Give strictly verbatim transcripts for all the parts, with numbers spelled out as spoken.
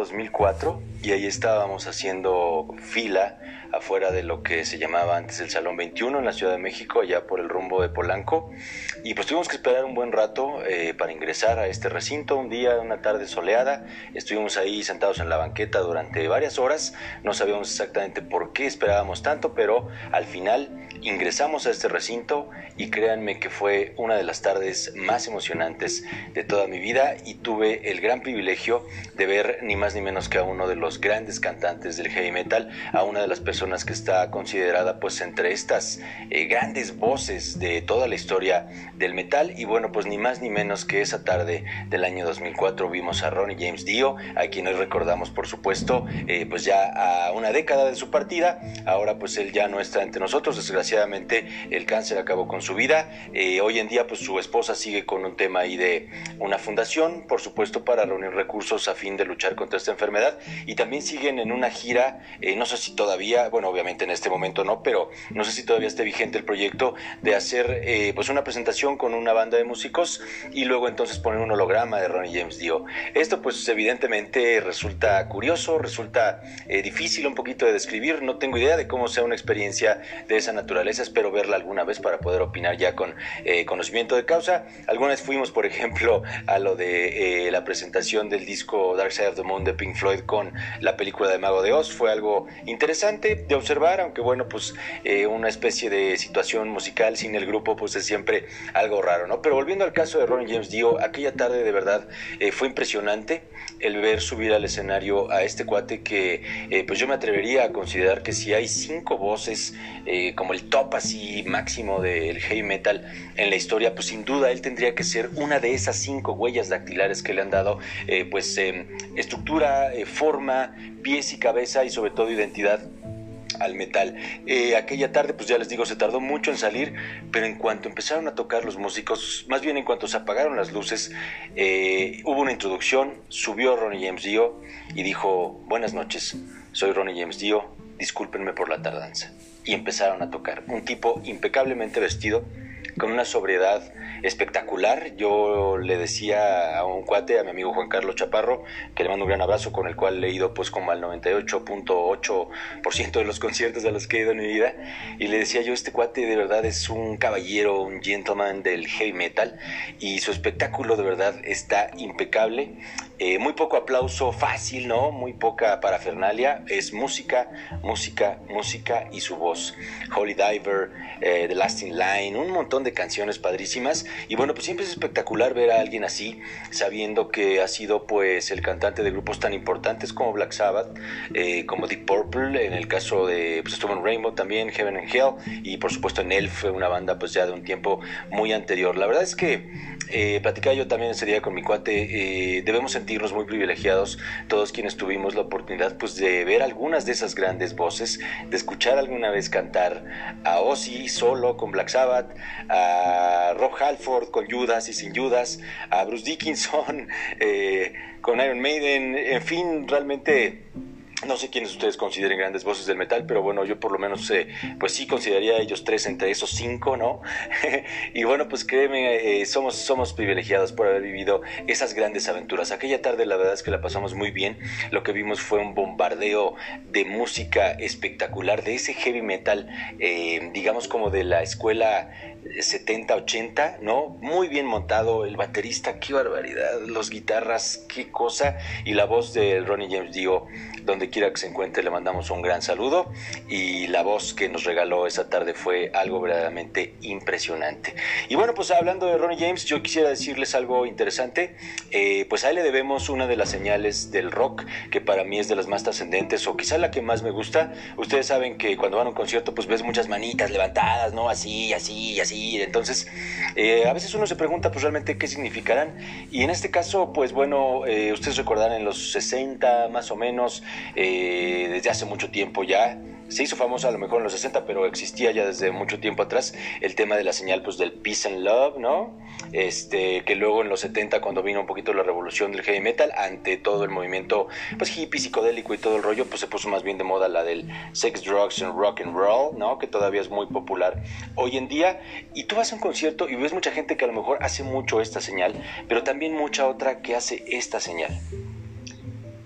dos mil cuatro y ahí estábamos haciendo fila afuera de lo que se llamaba antes el Salón veintiuno en la Ciudad de México, allá por el rumbo de Polanco, y pues tuvimos que esperar un buen rato eh, para ingresar a este recinto. Un día, una tarde soleada, estuvimos ahí sentados en la banqueta durante varias horas, no sabíamos exactamente por qué esperábamos tanto, pero al final ingresamos a este recinto y créanme que fue una de las tardes más emocionantes de toda mi vida, y tuve el gran privilegio de ver ni más ni menos que a uno de los grandes cantantes del heavy metal, a una de las personas que está considerada pues entre estas eh, grandes voces de toda la historia del metal. Y bueno, pues ni más ni menos que esa tarde del año dos mil cuatro vimos a Ronnie James Dio, a quien hoy recordamos por supuesto eh, pues ya a una década de su partida. Ahora pues él ya no está entre nosotros, desgraciadamente el cáncer acabó con su vida. Eh, hoy en día pues su esposa sigue con un tema ahí de una fundación, por supuesto para reunir recursos a fin de luchar contra esta enfermedad, y también siguen en una gira, eh, no sé si todavía, bueno obviamente en este momento no, pero no sé si todavía esté vigente el proyecto de hacer eh, pues una presentación con una banda de músicos y luego entonces poner un holograma de Ronnie James Dio. Esto pues evidentemente resulta curioso, resulta eh, difícil un poquito de describir, no tengo idea de cómo sea una experiencia de esa naturaleza, espero verla alguna vez para poder opinar ya con eh, conocimiento de causa. Alguna vez fuimos por ejemplo a lo de eh, la presentación del disco Dark Side of the Moon de Pink Floyd con la película de Mago de Oz, fue algo interesante de observar, aunque bueno pues eh, una especie de situación musical sin el grupo pues es siempre algo raro, ¿no? Pero volviendo al caso de Ronnie James Dio, aquella tarde de verdad eh, fue impresionante el ver subir al escenario a este cuate que eh, pues yo me atrevería a considerar que si hay cinco voces eh, como el top así máximo del heavy metal en la historia, pues sin duda él tendría que ser una de esas cinco huellas dactilares que le han dado eh, pues eh, estructura, eh, forma, pies y cabeza y sobre todo identidad al metal. Eh, aquella tarde pues ya les digo se tardó mucho en salir, pero en cuanto empezaron a tocar los músicos, más bien en cuanto se apagaron las luces, eh, hubo una introducción, subió Ronnie James Dio y dijo: buenas noches, soy Ronnie James Dio, discúlpenme por la tardanza, y empezaron a tocar. Un tipo impecablemente vestido, con una sobriedad espectacular. Yo le decía a un cuate, a mi amigo Juan Carlos Chaparro, que le mando un gran abrazo, con el cual he ido pues como al noventa y ocho punto ocho por ciento de los conciertos a los que he ido en mi vida, y le decía yo, este cuate de verdad es un caballero, un gentleman del heavy metal, y su espectáculo de verdad está impecable. Eh, muy poco aplauso fácil, ¿no? Muy poca parafernalia, es música, música, música y su voz. Holy Diver, eh, The Last in Line, un montón de canciones padrísimas, y bueno, pues siempre es espectacular ver a alguien así, sabiendo que ha sido pues el cantante de grupos tan importantes como Black Sabbath, eh, como Deep Purple, en el caso de, pues estuvo en Rainbow también, Heaven and Hell, y por supuesto en Elf, una banda pues ya de un tiempo muy anterior. La verdad es que eh, platicaba yo también ese día con mi cuate, eh, debemos sentirnos muy privilegiados todos quienes tuvimos la oportunidad pues de ver algunas de esas grandes voces, de escuchar alguna vez cantar a Ozzy solo con Black Sabbath, a Rob Halford con Judas y sin Judas, a Bruce Dickinson eh, con Iron Maiden, en fin, realmente no sé quiénes ustedes consideren grandes voces del metal, pero bueno, yo por lo menos eh, pues sí consideraría a ellos tres entre esos cinco, ¿no? Y bueno, pues créeme, eh, somos, somos privilegiados por haber vivido esas grandes aventuras. Aquella tarde la verdad es que la pasamos muy bien. Lo que vimos fue un bombardeo de música espectacular, de ese heavy metal, eh, digamos como de la escuela setenta ochenta, ¿no? Muy bien montado, el baterista, qué barbaridad, los guitarras, qué cosa, y la voz de Ronnie James Dio, donde quiera que se encuentre le mandamos un gran saludo, y la voz que nos regaló esa tarde fue algo verdaderamente impresionante. Y bueno, pues hablando de Ronnie James, yo quisiera decirles algo interesante, eh, pues a él le debemos una de las señales del rock, que para mí es de las más trascendentes, o quizá la que más me gusta. Ustedes saben que cuando van a un concierto pues ves muchas manitas levantadas, ¿no? Así, así, así, entonces eh, a veces uno se pregunta pues realmente qué significarán, y en este caso pues bueno, eh, ustedes recordarán en los sesenta más o menos, eh, desde hace mucho tiempo ya, se hizo famosa a lo mejor en los sesenta, pero existía ya desde mucho tiempo atrás el tema de la señal pues del peace and love, ¿no? Este, que luego en los setenta, cuando vino un poquito la revolución del heavy metal, ante todo el movimiento pues hippie, psicodélico y todo el rollo, pues se puso más bien de moda la del sex, drugs and rock and roll, ¿no? Que todavía es muy popular hoy en día. Y tú vas a un concierto y ves mucha gente que a lo mejor hace mucho esta señal, pero también mucha otra que hace esta señal.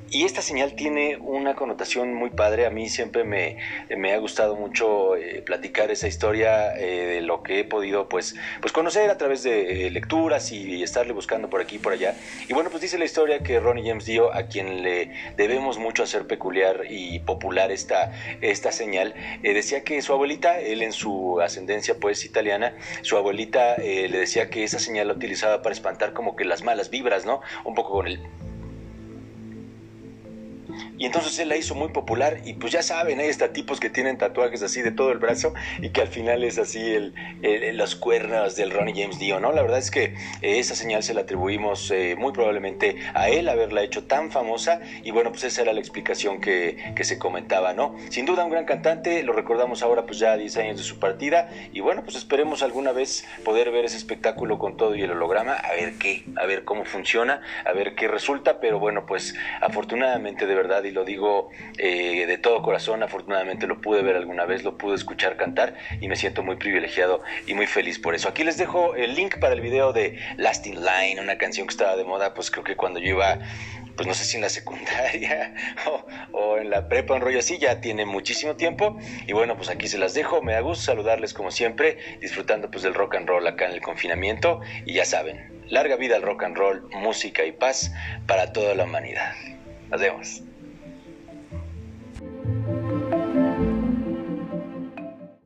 Y esta señal tiene una connotación muy padre. A mí siempre me, me ha gustado mucho eh, platicar esa historia eh, de lo que he podido pues, pues conocer a través de eh, lecturas y estarle buscando por aquí y por allá. Y bueno, pues dice la historia que Ronnie James Dio, a quien le debemos mucho hacer peculiar y popular esta, esta señal, eh, decía que su abuelita, él en su ascendencia pues italiana, su abuelita eh, le decía que esa señal la utilizaba para espantar como que las malas vibras, ¿no? Un poco con el... Y entonces él la hizo muy popular y pues ya saben, hay hasta tipos que tienen tatuajes así de todo el brazo y que al final es así el, el, los cuernos del Ronnie James Dio, ¿no? La verdad es que eh, esa señal se la atribuimos eh, muy probablemente a él, haberla hecho tan famosa y bueno, pues esa era la explicación que, que se comentaba, ¿no? Sin duda un gran cantante, lo recordamos ahora pues ya a diez años de su partida y bueno, pues esperemos alguna vez poder ver ese espectáculo con todo y el holograma, a ver qué, a ver cómo funciona, a ver qué resulta, pero bueno, pues afortunadamente de verdad, y lo digo eh, de todo corazón, afortunadamente lo pude ver alguna vez, lo pude escuchar cantar y me siento muy privilegiado y muy feliz por eso. Aquí les dejo el link para el video de Last in Line, una canción que estaba de moda, pues creo que cuando yo iba, pues no sé si en la secundaria o, o en la prepa, un rollo así, ya tiene muchísimo tiempo. Y bueno, pues aquí se las dejo, me da gusto saludarles como siempre, disfrutando pues del rock and roll acá en el confinamiento. Y ya saben, larga vida al rock and roll, música y paz para toda la humanidad. Nos vemos.